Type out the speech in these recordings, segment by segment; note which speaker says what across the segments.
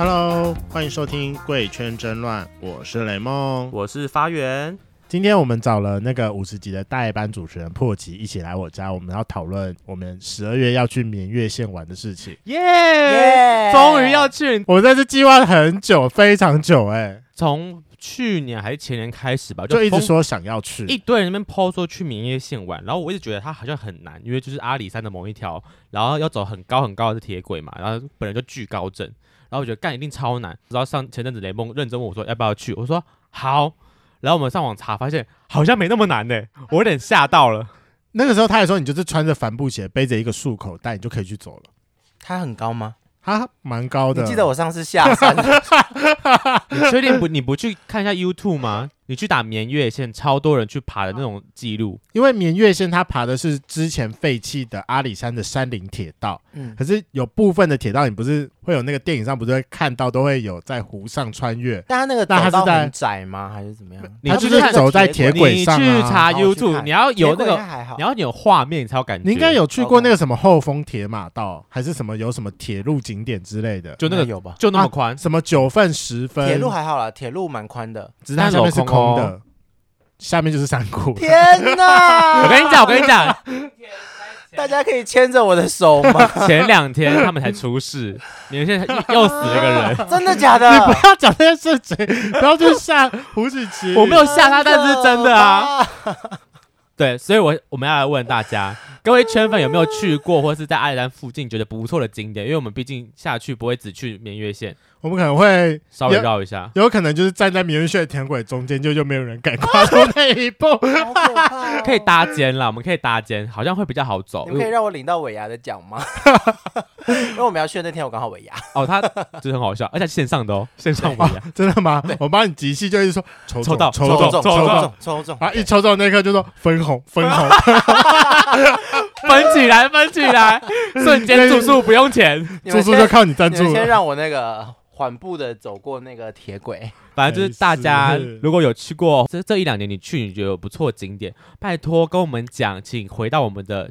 Speaker 1: Hello， 欢迎收听《贵圈争乱》，我是雷梦，
Speaker 2: 我是发源。
Speaker 1: 今天我们找了那个50集的代班主持人破奇一起来我家，我们要讨论我们12月要去绵月县玩的事情。
Speaker 2: 耶！终于要去！
Speaker 1: 我这次计划很久，非常久
Speaker 2: 从去年还是前年开始吧，
Speaker 1: 就一直说想要去，
Speaker 2: 一堆人那边 po 说去绵月县玩，然后我一直觉得它好像很难，因为就是阿里山的某一条，然后要走很高很高的铁轨嘛，然后本人就惧高症，然后我觉得干一定超难。然后前阵子雷梦认真问我说要不要去，我说好。然后我们上网查，发现好像没那么难呢，我有点吓到了。
Speaker 1: 那个时候他还说，你就是穿着帆布鞋，背着一个束口袋，你就可以去走了。
Speaker 3: 它很高吗？
Speaker 1: 它蛮高的。
Speaker 3: 你记得我上次下山
Speaker 2: 你确定你不去看一下 YouTube 吗？你去打绵月线，超多人去爬的那种记录。
Speaker 1: 因为绵月线它爬的是之前废弃的阿里山的山林铁道，可是有部分的铁道你不是会有那个电影上不是会看到都会有在湖上穿越，
Speaker 3: 但它那个走道很窄吗？还是怎么样？
Speaker 1: 它就是走在铁轨上
Speaker 2: 你去查 YouTube， 你要有那个，
Speaker 3: 你
Speaker 2: 要有画面你才有感觉。
Speaker 1: 你应该有去过那个什么后丰铁马道，还是什么有什么铁路景点之类的？
Speaker 2: 就那个
Speaker 3: 有吧？
Speaker 2: 就那么宽，
Speaker 1: 什么9份10分？
Speaker 3: 铁路还好啦，铁路蛮宽的，
Speaker 1: 只是它下面是空的。下面就是山谷。
Speaker 3: 天哪！
Speaker 2: 我跟你讲，
Speaker 3: 大家可以牵着我的手吗？
Speaker 2: 前2天他们才出事，你们现在又死了一个人，
Speaker 3: 真的假的？
Speaker 1: 你不要讲这件事情，不要去吓胡子琪。
Speaker 2: 我没有吓他，但是真的啊。对，所以我们要来问大家，各位圈粉有没有去过，或是在阿里山附近觉得不错的景点？因为我们毕竟下去不会只去绵月县，
Speaker 1: 我们可能会
Speaker 2: 稍微绕一下，
Speaker 1: 有可能就是站在绵月县的铁轨中间，就没有人敢跨出那一步。
Speaker 3: 好可怕
Speaker 2: 可以搭肩啦，我们可以搭肩，好像会比较好走。
Speaker 3: 你们可以让我领到尾牙的奖吗？因为我们要去的那天我刚好尾牙。
Speaker 2: 哦，他就是很好笑，而且线上的哦，线上尾牙，
Speaker 1: 真的吗？我帮你集气，就一直说抽
Speaker 2: 到，
Speaker 3: 抽中，
Speaker 1: 然后一抽中那一刻就说分红，分
Speaker 2: 起来，瞬间住宿不用钱，
Speaker 1: 住宿就靠你赞助了。
Speaker 3: 先让我那个缓步的走过那个铁轨。
Speaker 2: 反正就是大家如果有去过这1-2年，你觉得有不错的景点，拜托跟我们讲，请回在我们的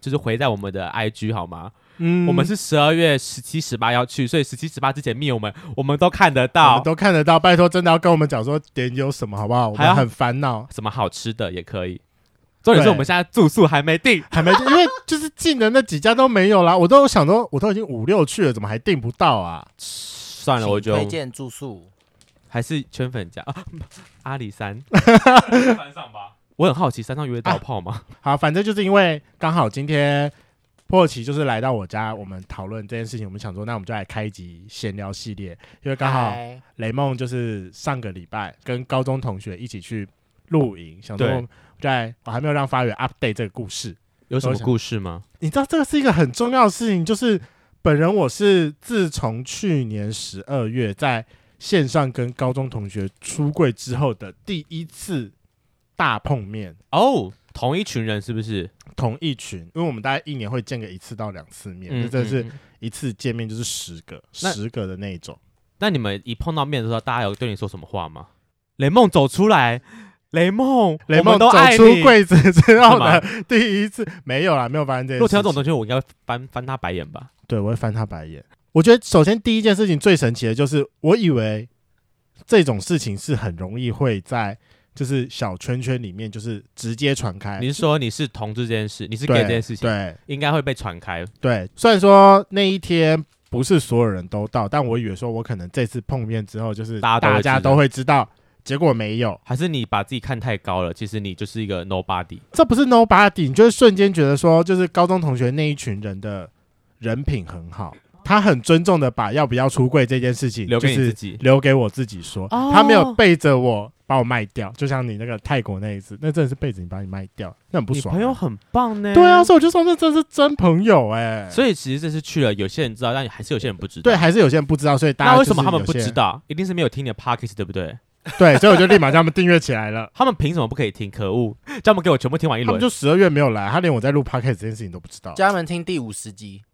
Speaker 2: IG 好吗？我们是12月17、18要去，所以17、18之前密我们都看得到，
Speaker 1: 拜托真的要跟我们讲说点有什么好不好？我们很烦恼，
Speaker 2: 什么好吃的也可以。重点是我们现在住宿还没订，
Speaker 1: 因为就是近的那几家都没有啦。我都想说，我都已经5、6去了，怎么还订不到啊？
Speaker 2: 算了，我觉得
Speaker 3: 推荐住宿
Speaker 2: 还是圈粉家阿里山山上吧。我很好奇，山上约到炮吗？
Speaker 1: 好，反正就是因为刚好今天破奇就是来到我家，我们讨论这件事情，我们想说，那我们就来开一集闲聊系列，因为刚好雷梦就是上个礼拜跟高中同学一起去露营，想说我还没有让发源 update 这个故事，
Speaker 2: 有什么故事吗？
Speaker 1: 你知道这个是一个很重要的事情，就是本人我是自从去年12月在线上跟高中同学出柜之后的第一次大碰面
Speaker 2: 哦。同一群人是不是？
Speaker 1: 同一群，因为我们大概1年会见个1次到2次面，这是一次见面就是10个的那一种。
Speaker 2: 那你们一碰到面的时候，大家有对你说什么话吗？雷梦走出来，雷梦
Speaker 1: 走出柜子之后的第一次没有啦，没有发生这件事情。
Speaker 2: 如果听到这种东西，我应该会翻他白眼吧？
Speaker 1: 对，我会翻他白眼。我觉得首先第一件事情最神奇的就是，我以为这种事情是很容易会在就是小圈圈里面就是直接传开。
Speaker 2: 你是说你是同志这件事，你是 gay 这件事情，
Speaker 1: 对，
Speaker 2: 应该会被传开。
Speaker 1: 对，虽然说那一天不是所有人都到，但我以为说我可能这次碰面之后，就是大家都会知道。结果没有，
Speaker 2: 还是你把自己看太高了？其实你就是一个 nobody。
Speaker 1: 这不是 nobody， 你就会瞬间觉得说，就是高中同学那一群人的人品很好。他很尊重的把要不要出柜这件事情
Speaker 2: 留给你自己，
Speaker 1: 留给我自己说。他没有背着我把我卖掉，就像你那个泰国那一次，那真的是背着你把你卖掉，那很不爽。
Speaker 2: 你朋友很棒呢。
Speaker 1: 对啊，所以我就说那真是真朋友
Speaker 2: 所以其实这次去了，有些人知道，但还是有些人不知道。
Speaker 1: 对，还是有些人不知道，所以大家
Speaker 2: 那为什么他们不知道？一定是没有听你的 podcast， 对不对？
Speaker 1: 对，所以我就立马叫他们订阅起来了。
Speaker 2: 他们凭什么不可以听？可恶！叫他们给我全部听完一轮。
Speaker 1: 他们就12月没有来，他连我在录 podcast 这件事情都不知道。
Speaker 3: 叫他们听第50集。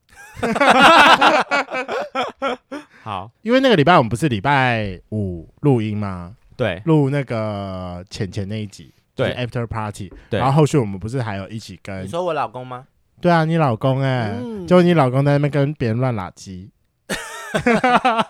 Speaker 2: 好，
Speaker 1: 因为那个礼拜我们不是礼拜5录音吗？
Speaker 2: 对，
Speaker 1: 录那个前那一集，对 ，After Party， 对，然后后续我们不是还有一起跟
Speaker 3: 你说我老公吗？
Speaker 1: 对啊，你老公就你老公在那边跟别人乱拉鸡。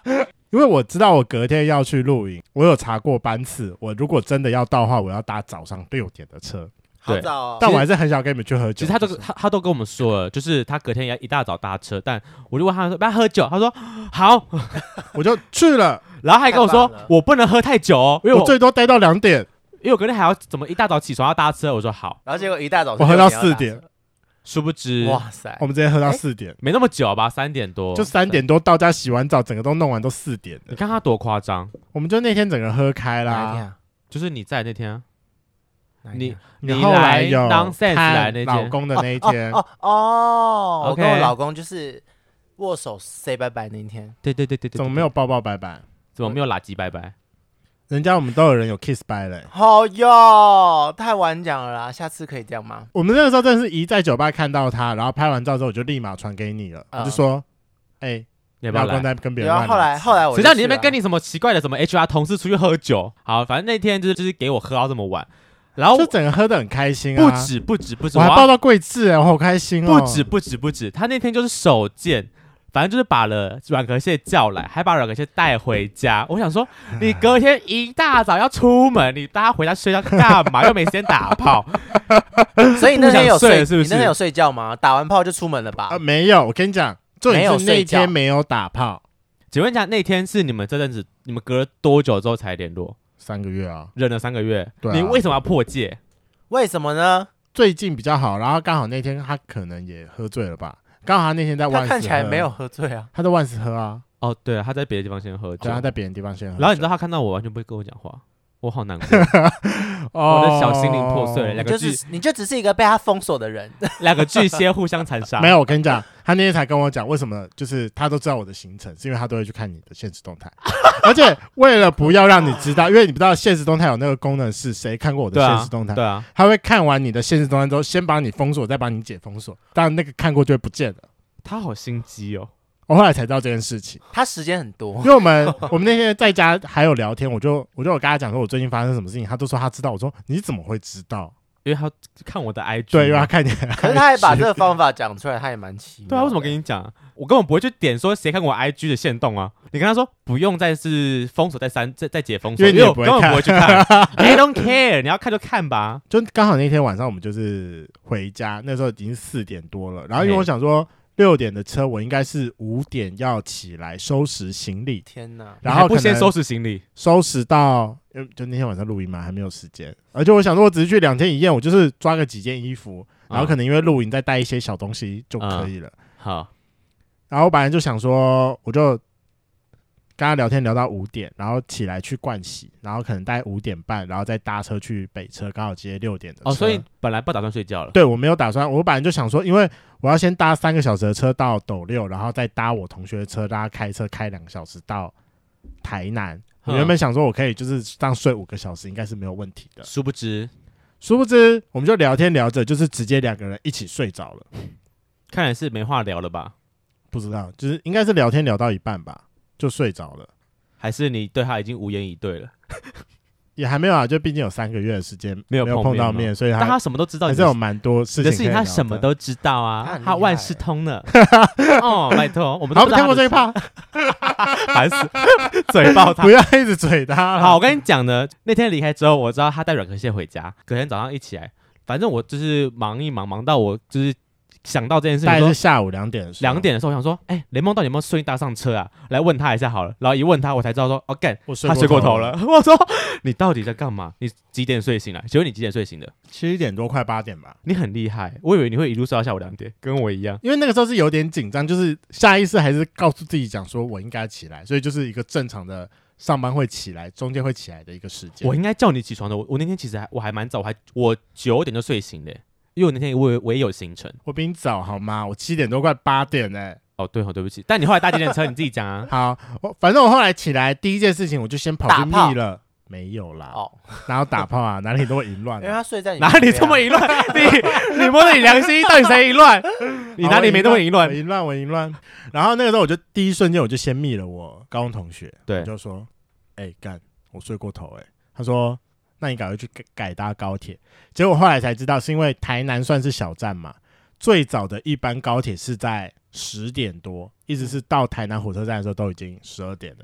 Speaker 1: 因为我知道我隔天要去露营，我有查过班次，我如果真的要到的话，我要搭早上6点的车。
Speaker 3: 好早哦。
Speaker 1: 但我还是很想跟你们去喝酒。
Speaker 2: 其实他都跟我们说了，就是他隔天要一大早搭车，但我就问他说不要喝酒，他说好，
Speaker 1: 我就去了，
Speaker 2: 然后还跟我说我不能喝太久哦，因为
Speaker 1: 我最多待到2点，
Speaker 2: 因为我隔天还要怎么一大早起床要搭车，我说好，
Speaker 3: 然后结果一大早
Speaker 1: 我喝到4点，
Speaker 2: 殊不知
Speaker 3: 哇塞，
Speaker 1: 我们直接喝到4点，
Speaker 2: 没那么久吧，3点多，
Speaker 1: 就3点多到家洗完澡，整个都弄完都4点了。
Speaker 2: 你看他多夸张，
Speaker 1: 我们就那天整个喝开啦。
Speaker 3: 哪一天啊？
Speaker 2: 就是你在那天啊，你
Speaker 1: 后来有
Speaker 2: nonsense 来
Speaker 1: 看
Speaker 2: 那天
Speaker 1: 老公的那一天，
Speaker 3: 我
Speaker 2: OK
Speaker 3: 跟我老公就是握手 say 拜拜那一天。
Speaker 2: 对，
Speaker 1: 怎么没有抱抱拜拜？
Speaker 2: 怎么没有拉鸡拜拜？
Speaker 1: 人家我们都有人有 kiss bye 嘞。
Speaker 3: 好哟，太晚讲了啦，下次可以这样吗？
Speaker 1: 我们那个时候真的是一在酒吧看到他，然后拍完照之后我就立马传给你了，我就说，你
Speaker 2: 要不要来？
Speaker 1: 老公在跟别人
Speaker 3: 然
Speaker 1: 乱来。
Speaker 3: 后来我
Speaker 2: 谁叫你那边跟你什么奇怪的什么 HR 同事出去喝酒？好，反正那天就是给我喝到这么晚，然后
Speaker 1: 就整个喝得很开心啊！
Speaker 2: 不止，
Speaker 1: 我还抱到桂枝我好开心哦！
Speaker 2: 不止，他那天就是手贱。反正就是把了软壳蟹叫来，还把软壳蟹带回家。我想说，你隔天一大早要出门，你大家回家睡觉干嘛？又没时间打炮，
Speaker 3: 所以你那天有睡
Speaker 2: 是不是？
Speaker 3: 你那天有睡觉吗？打完炮就出门了吧？
Speaker 1: 没有，我跟你讲，重点是那天没有打炮。
Speaker 2: 请问一下，那天是你们这阵子，你们隔了多久之后才联络
Speaker 1: ？3个月啊，
Speaker 2: 忍了3个月。
Speaker 1: 对啊，
Speaker 2: 你为什么要破戒？
Speaker 3: 为什么呢？
Speaker 1: 最近比较好，然后刚好那天他可能也喝醉了吧。刚好他那天在万斯喝，
Speaker 3: 他看起来没有喝醉啊，
Speaker 1: 他在万斯喝啊。
Speaker 2: 哦，对啊，他在别的地方先喝酒，
Speaker 1: 对，他在别的地方先喝酒。
Speaker 2: 然后你知道他看到我完全不会跟我讲话，我好难过，我的小心灵破碎了。
Speaker 3: 你就只是一个被他封锁的人，
Speaker 2: 两个巨蟹互相残杀。
Speaker 1: 没有，我跟你讲，他那天才跟我讲为什么，就是他都知道我的行程，是因为他都会去看你的限时动态，而且为了不要让你知道，因为你不知道限时动态有那个功能是谁看过我的限时动态，
Speaker 2: 对啊，
Speaker 1: 他会看完你的限时动态之后，先把你封锁，再把你解封锁，当然那个看过就会不见了。
Speaker 2: 他好心机哦。
Speaker 1: 我后来才知道这件事情，
Speaker 3: 他时间很多，
Speaker 1: 因为我们那天在家还有聊天，我就有跟他讲说我最近发生什么事情，他都说他知道，我说你怎么会知道？
Speaker 2: 因为他看我的 IG，
Speaker 1: 对，因为他看你的 IG，
Speaker 3: 可是他还把这个方法讲出来，他也蛮奇妙。
Speaker 2: 对啊，为什么跟你讲？我根本不会去点说谁看过我 IG 的限动啊！你跟他说不用再是封锁再解封锁，
Speaker 1: 因为你也不会看，
Speaker 2: 根本不会去看。I don't care， 你要看就看吧。
Speaker 1: 就刚好那天晚上我们就是回家，那时候已经4点多了，然后因为我想说6点的车，我应该是5点要起来收拾行李。
Speaker 3: 天哪！
Speaker 1: 然后
Speaker 2: 不先收拾行李，
Speaker 1: 收拾到就那天晚上录音嘛，还没有时间。而且我想说，我只是去2天1夜，我就是抓个几件衣服，然后可能因为露营再带一些小东西就可以了。
Speaker 2: 好，
Speaker 1: 然后我本来就想说，我就跟他聊天聊到5点，然后起来去盥洗，然后可能大概5点半，然后再搭车去北车，刚好接6点的车。
Speaker 2: 所以本来不打算睡觉了。
Speaker 1: 对，我没有打算，我本来就想说，因为我要先搭3个小时的车到斗六，然后再搭我同学的车，让他开车开2个小时到台南。我原本想说我可以就是这样睡5个小时，应该是没有问题的。
Speaker 2: 殊不知
Speaker 1: 我们就聊天聊着，就是直接2个人一起睡着了。
Speaker 2: 看来是没话聊了吧？
Speaker 1: 不知道，就是应该是聊天聊到一半吧，就睡着了。
Speaker 2: 还是你对他已经无言以对了？
Speaker 1: 也还没有啊，就毕竟有3个月的时间
Speaker 2: 没有
Speaker 1: 碰到面，所以
Speaker 2: 但他什么都知道，
Speaker 1: 还是有蛮多事情可以聊的。
Speaker 2: 你的事情他什么都知道啊，他万事通了。哦，拜托，我们
Speaker 1: 好，听过这一趴，
Speaker 2: 烦死，嘴爆他，
Speaker 1: 不要一直嘴他。
Speaker 2: 好，我跟你讲呢，那天离开之后，我知道他带软壳蟹回家，隔天早上一起来，反正我就是忙一忙，忙到我就是想到这件事情，
Speaker 1: 大概是下午2点的时候。
Speaker 2: 2点的时候，我想说，雷蒙到底有没有顺利搭上车啊？来问他一下好了。然后一问他，我才知道说，哦，干，他睡过头了。我说，你到底在干嘛？你几点睡醒了？请问你几点睡醒的
Speaker 1: ？7点多，快8点吧。
Speaker 2: 你很厉害，我以为你会一路睡到下午2点，跟我一样。
Speaker 1: 因为那个时候是有点紧张，就是下意识还是告诉自己讲说，我应该起来，所以就是一个正常的上班会起来，中间会起来的一个时间。
Speaker 2: 我应该叫你起床的。我那天其实我还蛮早，我9点就睡醒的。因为我那天我也有行程，
Speaker 1: 我比你早好吗？我7点多快8点
Speaker 2: 哦，对不起。但你后来搭几点车？你自己讲啊。
Speaker 1: 好，反正我后来起来第一件事情，我就先跑去密了，没有啦。哪有打炮啊？哪里都淫乱。
Speaker 3: 因为他睡在你
Speaker 2: 哪里这么淫乱？你摸着你良心，到底谁淫乱？你哪里没那么淫乱？
Speaker 1: 我淫乱。然后那个时候我就第一瞬间我就先密了我高中同学，
Speaker 2: 对，
Speaker 1: 我就说，干，我睡过头他说。那你赶快去改搭高铁，结果后来才知道，是因为台南算是小站嘛，最早的一班高铁是在10点多，一直是到台南火车站的时候都已经12点了。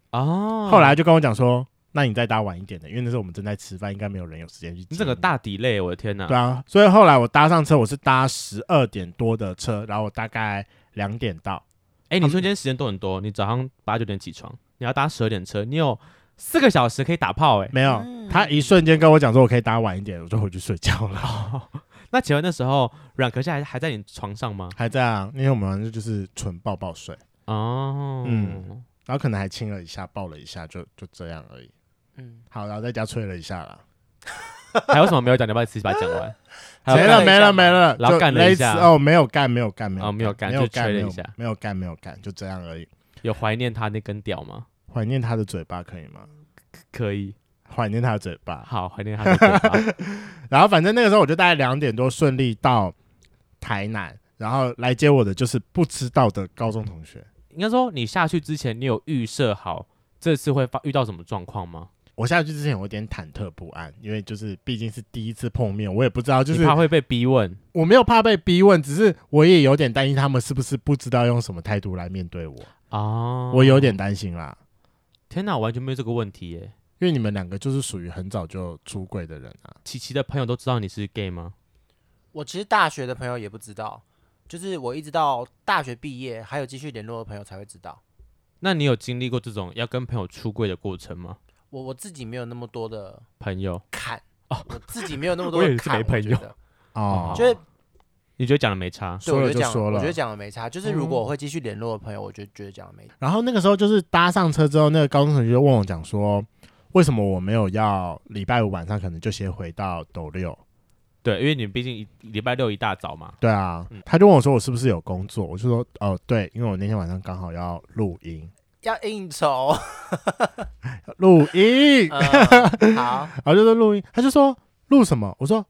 Speaker 2: 哦，
Speaker 1: 后来就跟我讲说，那你再搭晚一点的，因为那时候我们正在吃饭，应该没有人有时间去接
Speaker 2: 你整个大delay，我的天哪！
Speaker 1: 对啊，所以后来我搭上车，我是搭12点多的车，然后我大概2点到。
Speaker 2: 你说今天时间都很多，你早上8、9点起床，你要搭12点车，你有4个小时可以打炮
Speaker 1: 没有，他一瞬间跟我讲说我可以搭晚一点，我就回去睡觉了。
Speaker 2: 那请问那时候软壳蟹还在你床上吗？
Speaker 1: 还在啊，因为我们晚上就是纯抱抱睡。
Speaker 2: 哦，
Speaker 1: 然后可能还亲了一下，抱了一下，就这样而已。好，然后在家吹了一下啦。
Speaker 2: 还有什么没有讲？你要不要自己把它讲完？
Speaker 1: 没了，
Speaker 2: 然后干了一下。
Speaker 1: 没有干，
Speaker 2: 没有干，就吹了一下。
Speaker 1: 没有干，就这样而已。
Speaker 2: 有怀念他那根屌吗？
Speaker 1: 怀念他的嘴巴可以吗？
Speaker 2: 可以。
Speaker 1: 怀念他的嘴巴。
Speaker 2: 好，怀念他的嘴巴。
Speaker 1: 然后反正那个时候我就大概2点多顺利到台南，然后来接我的就是不知道的高中同学。
Speaker 2: 应该说你下去之前，你有预设好这次会遇到什么状况吗？
Speaker 1: 我下去之前我有点忐忑不安，因为就是毕竟是第一次碰面，我也不知道，就是
Speaker 2: 你怕会被逼问。
Speaker 1: 我没有怕被逼问，只是我也有点担心他们是不是不知道用什么态度来面对我。我有点担心啦。
Speaker 2: 天哪，我完全没有这个问题耶。
Speaker 1: 因为你们2个就是属于很早就出柜的人啊。
Speaker 2: 琪琪的朋友都知道你是 gay 吗？
Speaker 3: 我其实大学的朋友也不知道，就是我一直到大学毕业还有继续联络的朋友才会知道。
Speaker 2: 那你有经历过这种要跟朋友出柜的过程吗？
Speaker 3: 我自己没有那么多的
Speaker 2: 朋友
Speaker 3: 看我自己没有那么多的看。
Speaker 2: 我也是没朋友
Speaker 3: 就是
Speaker 2: 你觉得讲的没差？
Speaker 1: 说了就说了，
Speaker 3: 我觉得讲的没差。就是如果我会继续联络的朋友，我就觉得讲的没差。
Speaker 1: 然后那个时候就是搭上车之后，那个高中同学就问我讲说，为什么我没有要礼拜5晚上可能就先回到斗六？
Speaker 2: 对，因为你毕竟礼拜6一大早嘛。
Speaker 1: 对啊，他就问我说我是不是有工作，我就说对，因为我那天晚上刚好要录音。
Speaker 3: 要应酬，
Speaker 1: 录音，
Speaker 3: 好，
Speaker 1: 然后就说录音，他就说录什么？我说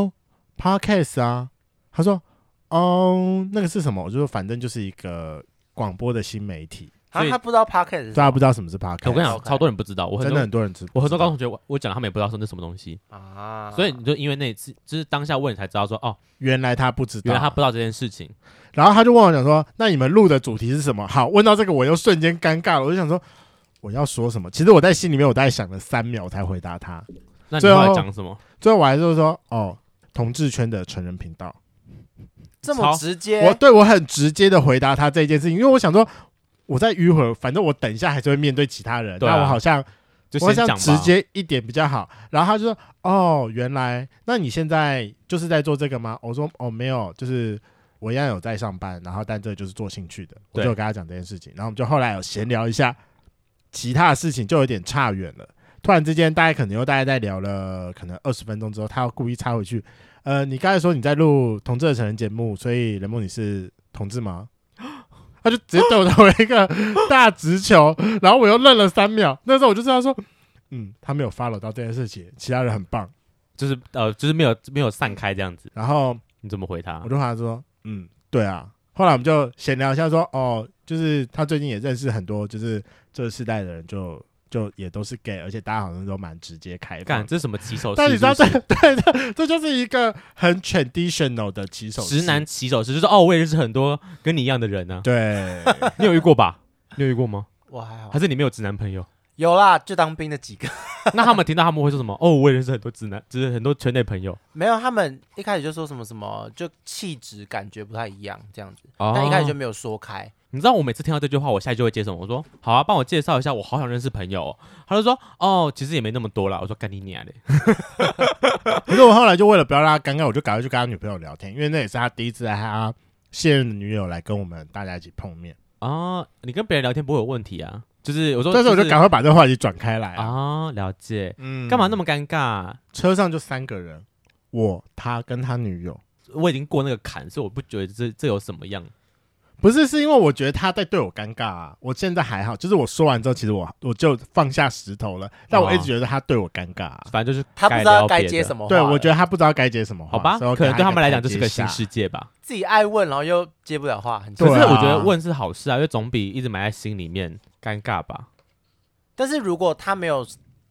Speaker 1: podcast 啊。他说那个是什么？我就说反正就是一个广播的新媒体。
Speaker 3: 他不知道 podcast，
Speaker 1: 大家不知道什么是 podcast。
Speaker 2: 我跟你讲，超多人不知道，
Speaker 1: 真的很多人知道。
Speaker 2: 我很多高中同学，我讲他们也不知道说那什么东西啊。所以你就因为那一次，就是当下问你才知道说
Speaker 1: 原来他不知道，
Speaker 2: 原来他不知道这件事情。
Speaker 1: 然后他就问我讲说，那你们录的主题是什么？好，问到这个我又瞬间尴尬了，我就想说我要说什么？其实我在心里面我大概想了3秒才回答他。
Speaker 2: 那你后来讲什么？
Speaker 1: 最后我还是说同志圈的成人频道。
Speaker 3: 这么直接？
Speaker 1: 我很直接的回答他这件事情，因为我想说我再迂回，反正我等一下还是会面对其他人，那我好像直接一点比较好。然后他就说原来那你现在就是在做这个吗？我说没有，就是我一样有在上班，然后但这就是做兴趣的。我就跟他讲这件事情，然后我们就后来有闲聊一下其他的事情，就有点差远了。突然之间大概在聊了可能20分钟之后，他要故意插回去，你刚才说你在录同志的成人节目，所以雷梦你是同志吗？他就直接对我投了一个大直球，然后我又愣了3秒。那时候我就知道说，他没有 follow 到这件事情，其他人很棒，
Speaker 2: 就是没有散开这样子。
Speaker 1: 然后
Speaker 2: 你怎么回他？
Speaker 1: 我就回他说，对啊。后来我们就闲聊一下说，就是他最近也认识很多，就是这个世代的人就也都是 gay， 而且大家好像都蛮直接开放。
Speaker 2: 干，这是什么起手式？
Speaker 1: 但你知道这就是一个很 traditional 的起手式，
Speaker 2: 直男起手式，就是我也认识很多跟你一样的人啊。
Speaker 1: 对，
Speaker 2: 你有遇过吧？你有遇过吗？
Speaker 3: 我还好。
Speaker 2: 还是你没有直男朋友？
Speaker 3: 有啦，就当兵的几个。
Speaker 2: 那他们听到他们会说什么？我也认识很多直男，就是很多圈内朋友。
Speaker 3: 没有，他们一开始就说什么，就气质感觉不太一样这样子，但一开始就没有说开。
Speaker 2: 你知道我每次听到这句话，我下一句会接什么？我说好啊，帮我介绍一下，我好想认识朋友。他就说其实也没那么多啦。我说干你娘的！
Speaker 1: 可是我后来就为了不要让他尴尬，我就赶快去跟他女朋友聊天，因为那也是他第一次带他现任的女友来跟我们大家一起碰面。
Speaker 2: 你跟别人聊天不会有问题啊？就是我说，
Speaker 1: 但是我就赶快把这个话题转开来
Speaker 2: 了解。干嘛那么尴尬？
Speaker 1: 车上就3个人，我、他跟他女友。
Speaker 2: 我已经过那个坎，所以我不觉得这有什么样。
Speaker 1: 不是，是因为我觉得他在对我尴尬啊。我现在还好，就是我说完之后，其实我就放下石头了。但我一直觉得他对我尴尬啊。
Speaker 2: 反正就是
Speaker 3: 他不知道该接什么话。
Speaker 1: 对，我觉得他不知道该接什么话。
Speaker 2: 好吧，可能对他们来讲就是个新世界吧。
Speaker 3: 自己爱问，然后又接不了话，很
Speaker 2: 可是我觉得问是好事啊，因为总比一直埋在心里面尴尬吧。
Speaker 3: 但是如果他没有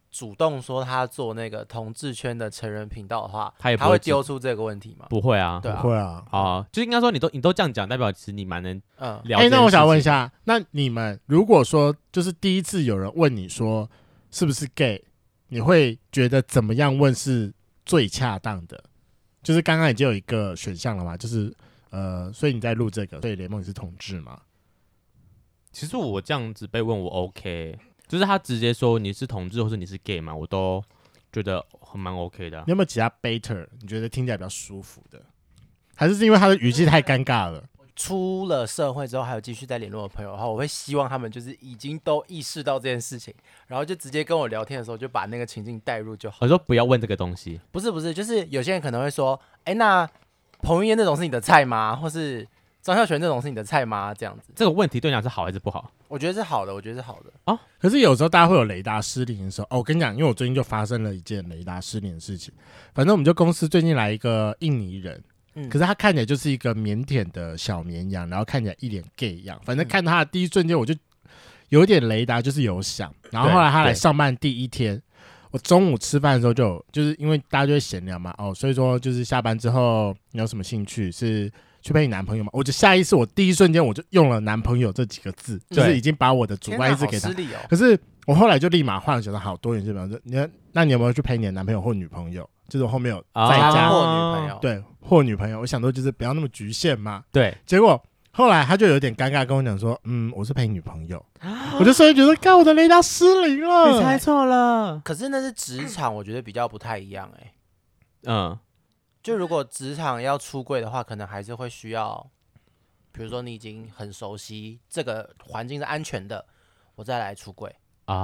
Speaker 3: 主动说他做那个同志圈的成人频道的话，
Speaker 2: 他也不
Speaker 3: 会丢出这个问题吗？
Speaker 2: 不会啊，
Speaker 3: 对啊，
Speaker 1: 不会啊。
Speaker 2: 哦，就应该说你都这样讲，代表其实你蛮能了解。
Speaker 1: 那我想问一下，那你们如果说就是第一次有人问你说是不是 gay， 你会觉得怎么样问是最恰当的？就是刚刚已经有一个选项了嘛，就是所以你在录这个，所以雷梦你是同志吗？
Speaker 2: 其实我这样子被问我 OK， 就是他直接说你是同志或是你是 gay 嘛，我都觉得蛮 OK 的啊。
Speaker 1: 你有没有其他 better 你觉得听起来比较舒服的？还是因为他的语气太尴尬了？
Speaker 3: 出了社会之后还有继续在联络的朋友的话，我会希望他们就是已经都意识到这件事情，然后就直接跟我聊天的时候就把那个情境带入就好。
Speaker 2: 我说不要问这个东西。
Speaker 3: 不是，就是有些人可能会说，那彭于晏那种是你的菜吗？或是张孝全那种是你的菜吗？这样子，
Speaker 2: 这个问题对你讲是好还是不好？
Speaker 3: 我觉得是好的，
Speaker 2: 哦，
Speaker 1: 可是有时候大家会有雷达失灵的时候。我跟你讲，因为我最近就发生了一件雷达失灵的事情。反正我们就公司最近来一个印尼人，可是他看起来就是一个腼腆的小绵羊，然后看起来一脸 gay 一样。反正看他的第一瞬间，我就有点雷达就是有响。然后后来他来上班第一天，我中午吃饭的时候就是因为大家就会闲聊嘛，所以说就是下班之后你有什么兴趣是去陪你男朋友嘛？我就下意识，我第一瞬间我就用了男朋友这几个字，就是已经把我的主观意识给他。可是我后来就立马换了，觉得好多元，就比方说，那你有没有去陪你的男朋友或女朋友？就是我后面有再加
Speaker 3: 或女朋友，
Speaker 1: 对，或女朋友。我想说就是不要那么局限嘛。
Speaker 2: 对，
Speaker 1: 结果后来他就有点尴尬跟我讲说，我是陪女朋友。我就瞬间觉得，干，我的雷达失灵了。
Speaker 2: 你猜错了。
Speaker 3: 可是那是职场，我觉得比较不太一样就如果职场要出柜的话，可能还是会需要，比如说你已经很熟悉这个环境是安全的，我再来出柜。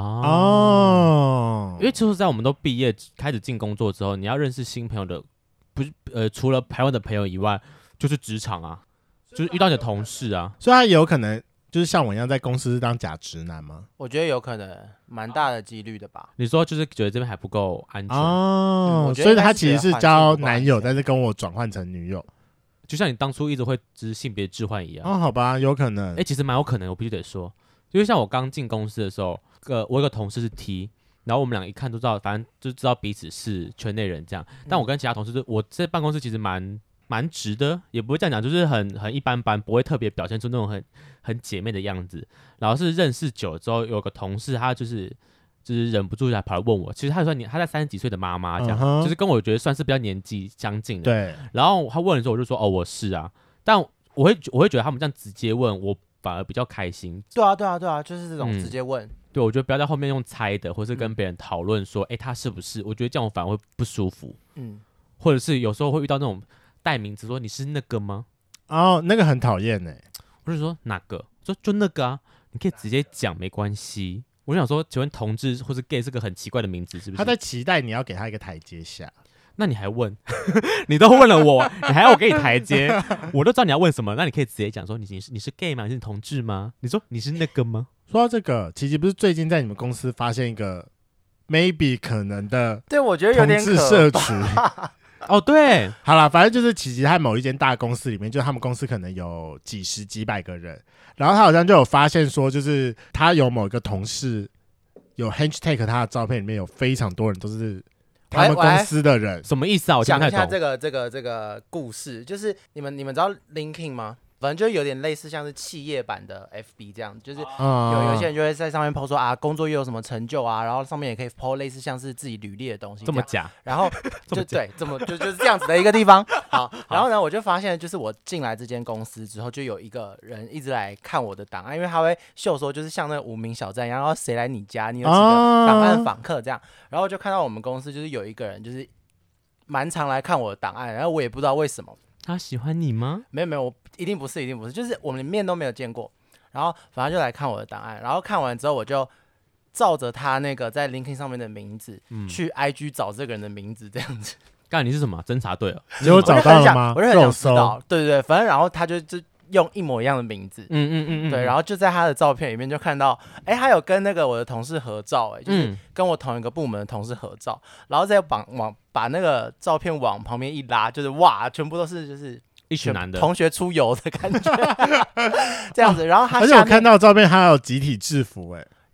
Speaker 2: 因为就是在我们都毕业开始进工作之后，你要认识新朋友的，不是除了台湾的朋友以外，就是职场啊，就是遇到你的同事啊，
Speaker 1: 所以他有可能就是像我一样在公司当假直男吗？
Speaker 3: 我觉得有可能，蛮大的几率的吧。
Speaker 2: 你说就是觉得这边还不够安全
Speaker 1: 所以他其实是交男友，但是跟我转换成女友，
Speaker 2: 就像你当初一直会只是性别置换一样。
Speaker 1: 好吧，有可能。
Speaker 2: 其实蛮有可能，我必须得说，因为像我刚进公司的时候，我有个同事是 T， 然后我们俩一看都知道，反正就知道彼此是圈内人这样。但我跟其他同事，我在办公室其实蛮直的，也不会这样讲，就是很一般般，不会特别表现出那种很姐妹的样子。然后是认识久了之后，有个同事他就是忍不住来跑来问我，其实他说他在30几岁的妈妈这样，就是跟我觉得算是比较年纪相近的。
Speaker 1: 对。
Speaker 2: 然后他问的时候，我就说我是啊，但我会觉得他们这样直接问我反而比较开心。
Speaker 3: 对啊，就是这种直接问。
Speaker 2: 对，我觉得不要在后面用猜的，或是跟别人讨论说，他是不是？我觉得这样我反而会不舒服。或者是有时候会遇到那种带名字说你是那个吗？
Speaker 1: 那个很讨厌
Speaker 2: 我就说哪个？说就那个啊，你可以直接讲没关系。我就想说，请问同志或是 gay 是个很奇怪的名字，是不是？
Speaker 1: 他在期待你要给他一个台阶下。
Speaker 2: 那你还问？你都问了我，你还要我给你台阶？我都知道你要问什么，那你可以直接讲说你是 gay 吗？你是同志吗？你说你是那个吗？
Speaker 1: 说到这个，琪琪不是最近在你们公司发现一个 maybe 可能的，
Speaker 3: 对，我觉得有点
Speaker 1: 同志社群。
Speaker 2: 对，
Speaker 1: 好啦，反正就是琪琪在某一间大公司里面，就他们公司可能有几十几百个人，然后他好像就有发现说，就是他有某一个同事有 hashtag 他的照片里面有非常多人都是他们公司的人。
Speaker 2: 什么意思啊？我
Speaker 3: 讲一下这个故事，就是你们知道 LinkedIn 吗？反正就有点类似像是企业版的 FB 这样，就是有些人就会在上面 po 说工作又有什么成就啊，然后上面也可以 po 类似像是自己履历的东西，
Speaker 2: 这么假，
Speaker 3: 然后就是这样子的一个地方。好，然后呢，我就发现就是我进来这间公司之后，就有一个人一直来看我的档案，因为他会秀说就是像那个无名小站一样，然后谁来你家，你有几个档案访客这样，然后就看到我们公司就是有一个人就是蛮常来看我的档案，然后我也不知道为什么。
Speaker 2: 他喜欢你吗？
Speaker 3: 没有，我一定不是，就是我们面都没有见过。然后反正就来看我的档案，然后看完之后，我就照着他那个在 LinkedIn 上面的名字，去 IG 找这个人的名字，这样子。
Speaker 2: 干，你是什么侦查队啊？
Speaker 1: 结果找到了吗？
Speaker 3: 我就很想知道。对，反正然后他就用一模一样的名字，对，然后就在他的照片里面就看到，他有跟那个我的同事合照，就是跟我同一个部门的同事合照，然后再把那个照片往旁边一拉，就是哇，全部都是就是
Speaker 2: 一群男的
Speaker 3: 同学出游的感觉，这样子。然后他
Speaker 1: 而且我看到照片还有集体制服，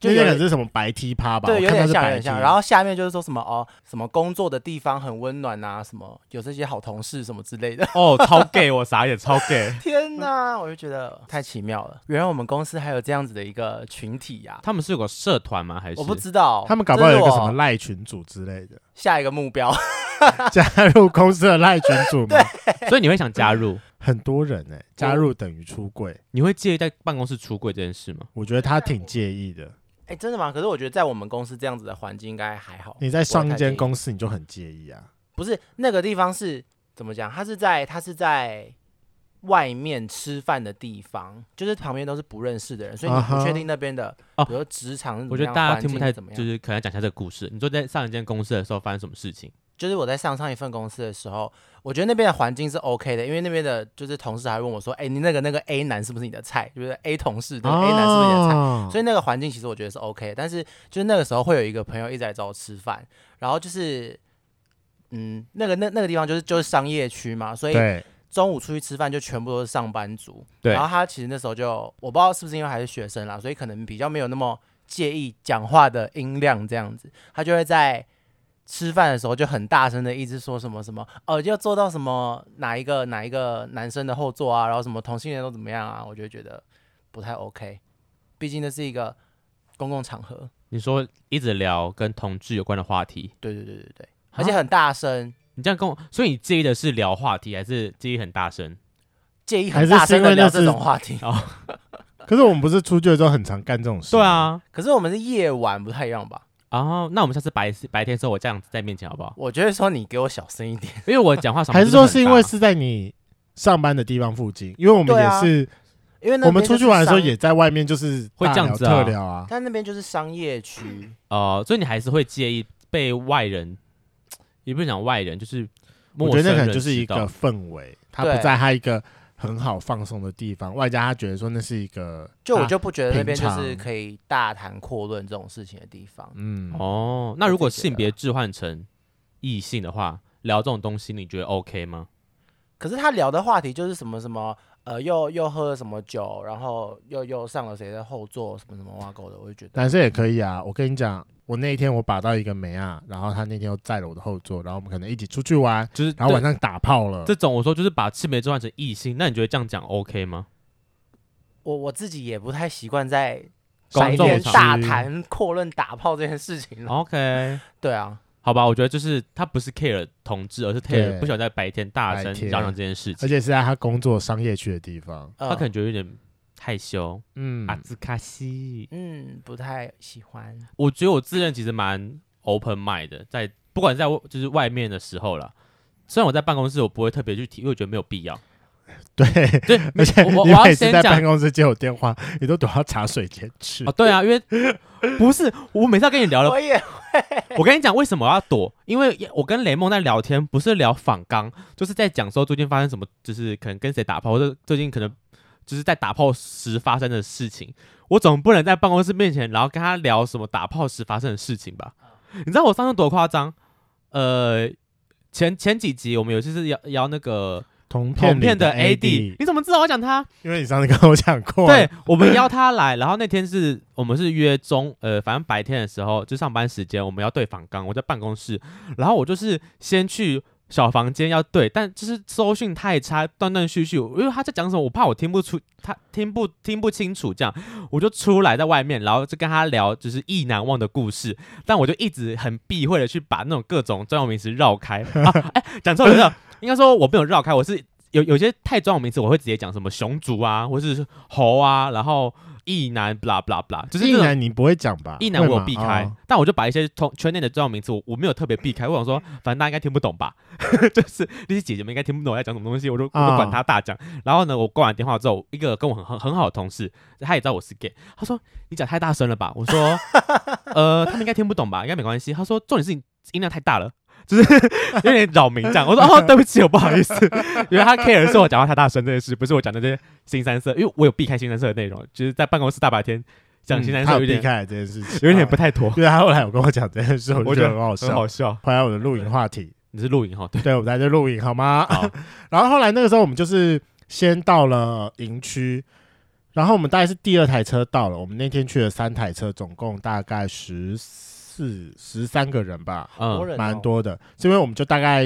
Speaker 3: 就
Speaker 1: 那个是什么白 T 趴吧？
Speaker 3: 对，有点像，有点
Speaker 1: 像。
Speaker 3: 然后下面就是说什么什么工作的地方很温暖啊，什么有这些好同事什么之类的。
Speaker 2: 哦，超 gay， 我傻眼，超 gay。
Speaker 3: 天哪，我就觉得太奇妙了。原来我们公司还有这样子的一个群体呀。
Speaker 2: 他们是有个社团吗？还是
Speaker 3: 我不知道。
Speaker 1: 他们搞不好有一个什么赖群组之类的。
Speaker 3: 下一个目标，
Speaker 1: 加入公司的赖群组吗？
Speaker 2: 所以你会想加入？
Speaker 1: 很多人加入等于出柜。
Speaker 2: 你会介意在办公室出柜这件事吗？
Speaker 1: 我觉得他挺介意的。
Speaker 3: 真的吗？可是我觉得在我们公司这样子的环境应该还好。
Speaker 1: 你在上一间公司你就很介意啊？
Speaker 3: 不是，那个地方是怎么讲？他是在外面吃饭的地方，就是旁边都是不认识的人，所以你不确定那边的，比如职场是怎么样，
Speaker 2: 我觉得大家听不太
Speaker 3: 怎么样，
Speaker 2: 就是可能讲一下这个故事。你说在上一间公司的时候发生什么事情？
Speaker 3: 就是我在上一份公司的时候，我觉得那边的环境是 OK 的，因为那边的就是同事还问我说：“你那个 A 男是不是你的菜？就是 A 同事，那个 A 男是不是你的菜？”所以那个环境其实我觉得是 OK 的，但是就是那个时候会有一个朋友一直来找我吃饭，然后就是那个地方就是商业区嘛，所以中午出去吃饭就全部都是上班族。
Speaker 2: 对，
Speaker 3: 然后他其实那时候就我不知道是不是因为还是学生啦，所以可能比较没有那么介意讲话的音量这样子，他就会在吃饭的时候就很大声的一直说什么什么要坐到什么哪一个男生的后座啊，然后什么同性恋都怎么样啊，我就觉得不太 OK， 毕竟那是一个公共场合。
Speaker 2: 你说一直聊跟同志有关的话题？
Speaker 3: 对，而且很大声。
Speaker 2: 你这样跟我，所以你介意的是聊话题，还是介意很大声？
Speaker 3: 介意很大声的聊这种话题。
Speaker 1: 可是我们不是出去的时候很常干这种事？
Speaker 2: 对啊，
Speaker 3: 可是我们是夜晚，不太一样吧？
Speaker 2: 那我们下次白天的时候，我这样子在面前好不好？
Speaker 3: 我觉得说你给我小声一点，
Speaker 2: 因为我讲话
Speaker 1: 还是说是因为是在你上班的地方附近？因为我们也是，
Speaker 3: 因为
Speaker 1: 我们出去玩的时候也在外面，就是
Speaker 2: 会这样子
Speaker 1: 特聊啊。
Speaker 3: 但那边就是商业区
Speaker 2: 所以你还是会介意被外人，也不是讲外人，就是
Speaker 1: 我觉得那可能就是一个氛围，他不在他一个很好放松的地方，外加他觉得说那是一个，
Speaker 3: 我就不觉得那边就是可以大谈阔论这种事情的地方。
Speaker 2: 那如果性别置换成异性的话，聊这种东西，你觉得 OK 吗？
Speaker 3: 可是他聊的话题就是什么什么，又喝了什么酒，然后又上了谁的后座，什么什么挖沟的，我就觉得
Speaker 1: 男生也可以啊。我跟你讲，我那一天我把到一个妹啊，然后他那天又载了我的后座，然后我们可能一起出去玩，
Speaker 2: 就是
Speaker 1: 然后晚上打炮了。
Speaker 2: 这种我说就是把性别置换成异性，那你觉得这样讲 OK 吗？
Speaker 3: 我自己也不太习惯在
Speaker 2: 公众
Speaker 3: 大谈阔论打炮这件事情。
Speaker 2: OK，
Speaker 3: 对啊。
Speaker 2: 好吧，我觉得就是他不是 care 同志，而是 care 不想在白天大声嚷嚷这件事情，
Speaker 1: 而且是在他工作商业区的地方，
Speaker 2: 他可能觉得有点害羞，阿兹卡西，
Speaker 3: 不太喜欢。
Speaker 2: 我觉得我自认其实蛮 open mind 的，在不管在就是外面的时候啦，虽然我在办公室我不会特别去提，因为我觉得没有必要。
Speaker 1: 对，而且
Speaker 2: 我
Speaker 1: 你每次在办公室接我电话，你都躲到茶水间去。
Speaker 2: 对啊，因为不是我每次要跟你聊了，
Speaker 3: 我也会。
Speaker 2: 我跟你讲为什么我要躲，因为我跟雷梦在聊天，不是聊访纲，就是在讲说最近发生什么，就是可能跟谁打炮，或者最近可能就是在打炮时发生的事情。我总不能在办公室面前，然后跟他聊什么打炮时发生的事情吧？你知道我上次多夸张？前几集我们有一次是邀那个。同片的 AD， 你怎么知道我讲他？
Speaker 1: 因为你上次跟我讲过。
Speaker 2: 对，我们邀他来，然后那天我们是约反正白天的时候就上班时间，我们要对访纲，我在办公室，然后我就是先去小房间要对，但就是收讯太差，断断续续，因为他在讲什么，我怕我听不出，他听不清楚，这样我就出来在外面，然后就跟他聊就是意难忘的故事，但我就一直很避讳的去把那种各种专有名词绕开。讲错了。应该说我没有绕开，我是有些太专有名词我会直接讲什么熊族啊，或是猴啊，然后异男 blah blah blah， 就是
Speaker 1: 异男你不会讲吧？
Speaker 2: 异男我有避开，但我就把一些圈内的专有名词我没有特别避开，我想说反正大家应该听不懂吧，就是那些姐姐们应该听不懂我在讲什么东西，我就管他大讲。然后呢，我挂完电话之后，一个跟我很好的同事，他也知道我是 gay， 他说你讲太大声了吧？我说他们应该听不懂吧，应该没关系。他说重点是你音量太大了。就是有点扰民这样，我说对不起，我不好意思，因为他 care 的是我讲话太大声这件事，不是我讲的这些新三色，因为我有避开新三色的内容，就是在办公室大白天讲新三色有点
Speaker 1: 避开这件事情，
Speaker 2: 有点不太妥。
Speaker 1: 因为他后来有跟我讲这件事，我就觉得很好笑，
Speaker 2: 很好笑。
Speaker 1: 回来我的录影话题，
Speaker 2: 你是录影哈？
Speaker 1: 对，我在这录影好吗？好然后后来那个时候我们就是先到了营区。 然后我们大概是第2台车到了，我们那天去了3台车，总共大概13个人吧，蛮多的。是因为我们就大概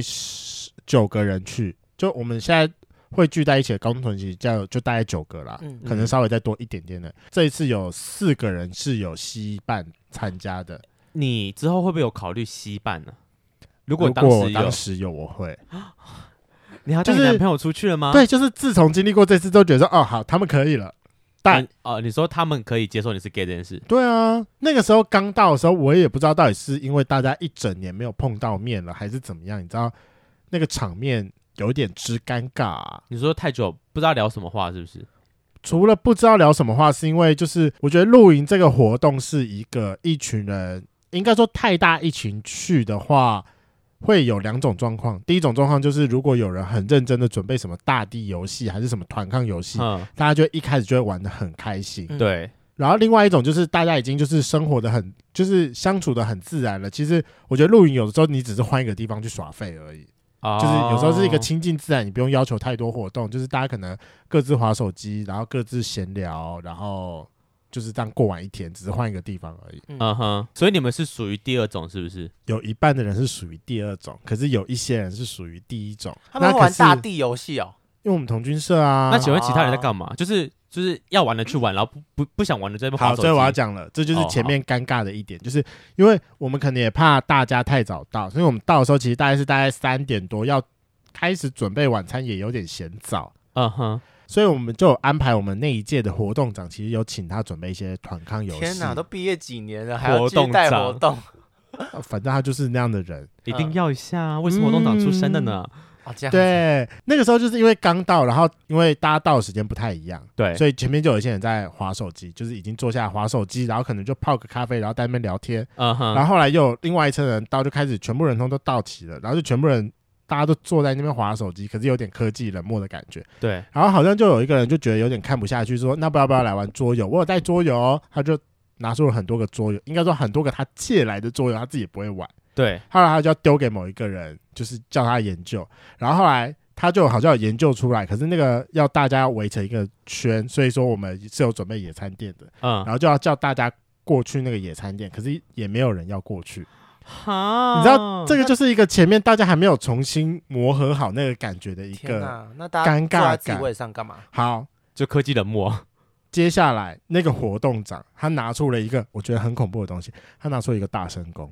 Speaker 1: 9个人去，就我们现在会聚在一起的高中同学就大概9个啦，可能稍微再多一点点的。这一次有4个人是有西办参加的。
Speaker 2: 你之后会不会有考虑西办呢？如果
Speaker 1: 当时有，我会。
Speaker 2: 你还带你男朋友出去了吗？
Speaker 1: 对，就是自从经历过这次，都觉得说哦好，他们可以了。但
Speaker 2: 你说他们可以接受你是 gay 这件事？
Speaker 1: 对啊，那个时候刚到的时候，我也不知道到底是因为大家一整年没有碰到面了，还是怎么样。你知道那个场面有点之尴尬啊。
Speaker 2: 你说太久不知道聊什么话，是不是？
Speaker 1: 除了不知道聊什么话，是因为就是我觉得露营这个活动是一群人，应该说太大一群去的话，会有2种状况。第一种状况就是如果有人很认真的准备什么大地游戏还是什么团抗游戏，大家就一开始就会玩得很开心。
Speaker 2: 对。
Speaker 1: 然后另外一种就是大家已经就是生活的很，就是相处的很自然了。其实我觉得露营有的时候你只是换一个地方去耍废而已。就是有时候是一个亲近自然，你不用要求太多活动，就是大家可能各自滑手机，然后各自闲聊，然后就是这样过完一天，只是换一个地方而已。
Speaker 2: 所以你们是属于第2种是不是？
Speaker 1: 有一半的人是属于第2种，可是有一些人是属于第1种。
Speaker 3: 他们会玩大地游戏哦，
Speaker 1: 因为我们童军社啊。
Speaker 2: 那请问其他人在干嘛？就是要玩的去玩，然后不想玩的在那边滑手机。
Speaker 1: 好，所以我要讲了，这就是前面尴尬的一点，就是因为我们可能也怕大家太早到，所以我们到的时候其实大概3点多要开始准备晚餐，也有点嫌早。所以我们就有安排我们那一届的活动长，其实有请他准备一些团康游戏。
Speaker 3: 天哪，都毕业几年了，还要继续带活动？
Speaker 1: 反正他就是那样的人，
Speaker 2: 一定要一下啊！为什么活动长出身的呢？
Speaker 3: 这样
Speaker 1: 对，那个时候就是因为刚到，然后因为大家到的时间不太一样，
Speaker 2: 对，
Speaker 1: 所以前面就有一些人在滑手机，就是已经坐下来滑手机，然后可能就泡个咖啡，然后在那边聊天。然后后来又有另外一车人到，就开始全部人都到齐了，然后就全部人大家都坐在那边滑手机，可是有点科技冷漠的感觉。
Speaker 2: 对，
Speaker 1: 然后好像就有一个人就觉得有点看不下去，说那不要来玩桌游？我有带桌游哦，他就拿出了很多个桌游，应该说很多个他借来的桌游，他自己也不会玩。
Speaker 2: 对，
Speaker 1: 后来他就要丢给某一个人，就是叫他研究。然后后来他就好像有研究出来，可是那个要大家要围成一个圈，所以说我们是有准备野餐垫的，然后就要叫大家过去那个野餐垫，可是也没有人要过去。你知道这个就是一个前面大家还没有重新磨合好那个感觉的一个
Speaker 3: 那大家
Speaker 1: 尴尬感。
Speaker 3: 自己位上干嘛？
Speaker 1: 好，
Speaker 2: 就科技冷漠。
Speaker 1: 接下来那个活动长他拿出了一个我觉得很恐怖的东西，他拿出了一个大声公。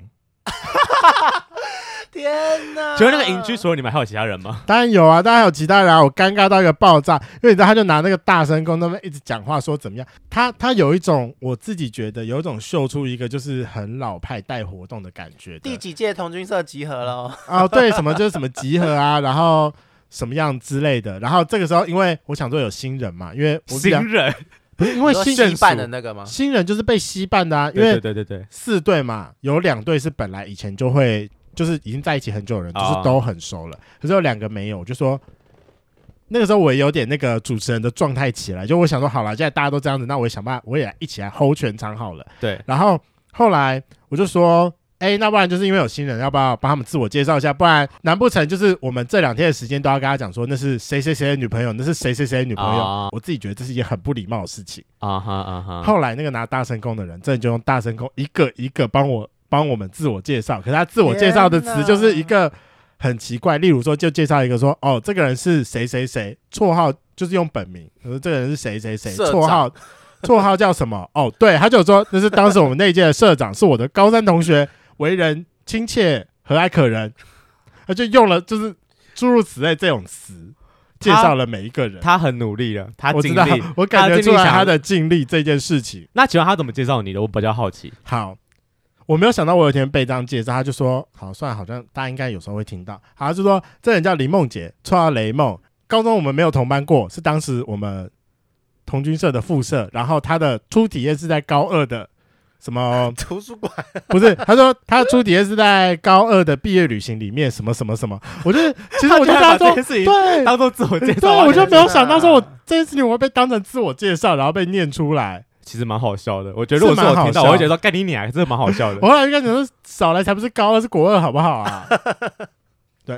Speaker 3: 天哪！
Speaker 2: 请问那个营区除了你们还有其他人吗？
Speaker 1: 当然有啊，当然还有其他人啊！我尴尬到一个爆炸，因为你知道他就拿那个大声公那边一直讲话，说怎么样？他有一种我自己觉得有一种秀出一个就是很老派带活动的感觉。
Speaker 3: 第几届童军社集合了？
Speaker 1: 对，什么就是什么集合啊，然后什么样之类的。然后这个时候，因为我想说有新人嘛，因为
Speaker 2: 新人
Speaker 1: 不是因为
Speaker 3: 新办的那个吗？
Speaker 1: 新人就是被吸办的啊，因为
Speaker 2: 对
Speaker 1: 4队嘛，有2队是本来以前就会。就是已经在一起很久的人，就是都很熟了。可是有2个没有，我就说那个时候我也有点那个主持人的状态起来，就我想说好了，现在大家都这样子，那我也想办法，我也一起来 hold 全场好了。
Speaker 2: 对。
Speaker 1: 然后后来我就说，那不然就是因为有新人，要不要帮他们自我介绍一下？不然难不成就是我们这2天的时间都要跟他讲说那是谁谁谁的女朋友，那是谁谁谁的女朋友？我自己觉得这是一件很不礼貌的事情。后来那个拿大声公的人，真的就用大声公一个一个帮我们自我介绍，可是他自我介绍的词就是一个很奇怪，例如说就介绍一个说这个人是谁谁谁，绰号就是用本名，可是这个人是谁谁谁，绰号叫什么？对，他就说那是当时我们那一届的社长，是我的高3同学，为人亲切和蔼可人，他就用了就是诸如此类这种词介绍了每一个人。
Speaker 2: 他很努力了，他尽力，
Speaker 1: 我感觉出来他的尽力这件事情。
Speaker 2: 那请问他怎么介绍你的？我比较好奇。
Speaker 1: 好。我没有想到我有一天被这样介绍，他就说好，算了，好像大家应该有时候会听到。好，他就说这人叫林梦洁，绰号雷梦。高中我们没有同班过，是当时我们童军社的副社，然后他的初体验是在高2的什么
Speaker 3: 图书馆？
Speaker 1: 不是，他说他的初体验是在高2的毕业旅行里面什么什么什么。我就其实我就当做对
Speaker 2: 当做自我介绍，
Speaker 1: 对，我就没有想到说我这件事情我会被当成自我介绍，然后被念出来。
Speaker 2: 其实蛮好笑的，我觉得如果是我听到，我会觉得说干你娘，真的蛮好笑的。
Speaker 1: 我后来就跟你说，少来才不是高2，是国2，好不好啊？对，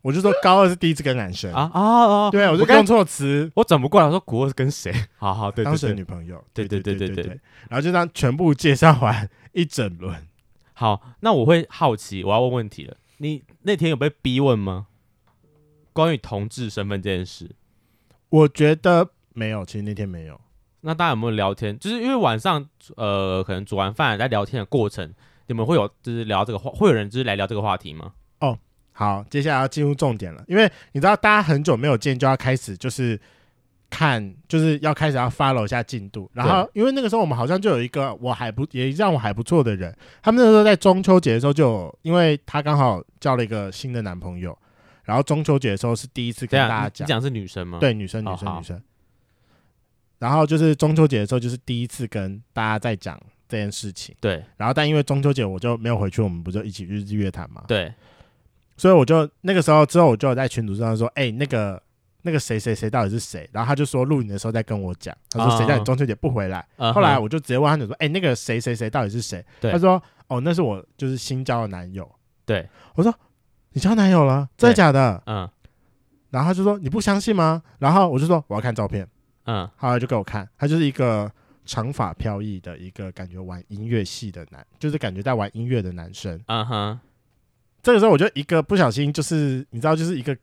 Speaker 1: 我就说高二是第一次跟男生对，我就用错词，
Speaker 2: 我转不过来，我说国二是跟谁？好，对，
Speaker 1: 当时的女朋友，
Speaker 2: 对，
Speaker 1: 然后就这样全部介绍完一整轮。
Speaker 2: 好，那我会好奇，我要问问题了，你那天有被逼问吗？关于同志身份这件事？
Speaker 1: 我觉得没有，其实那天没有。
Speaker 2: 那大家有没有聊天？就是因为晚上可能煮完饭在聊天的过程，你们会有就是聊这个话，会有人就是来聊这个话题吗？
Speaker 1: 好，接下来要进入重点了，因为你知道大家很久没有见，就要开始就是看，就是要开始要 follow 一下进度。然后因为那个时候我们好像就有一个也让我还不错的人，他们那个时候在中秋节的时候就有，因为他刚好交了一个新的男朋友，然后中秋节的时候是第一次跟大家讲，
Speaker 2: 你讲是女生吗？
Speaker 1: 对，女生。然后就是中秋节的时候就是第一次跟大家在讲这件事情。对，然后但因为中秋节我就没有回去，我们不就一起去日月潭嘛？对。所以我就那个时候之后，我就有在群组上说，那个谁谁谁到底是谁？然后他就说录影的时候再跟我讲，他说谁叫你中秋节不回来？后来我就直接问他说，那个谁谁谁到底是谁？他说那是我就是新交的男友。对，我说你交男友了？真的假的？然后他就说你不相信吗？然后我就说我要看照片。后来就给我看，他就是一个长发飘逸的一个感觉玩音乐系的就是感觉在玩音乐的男生。这个时候我就一个不小心，就是你知道，就是一个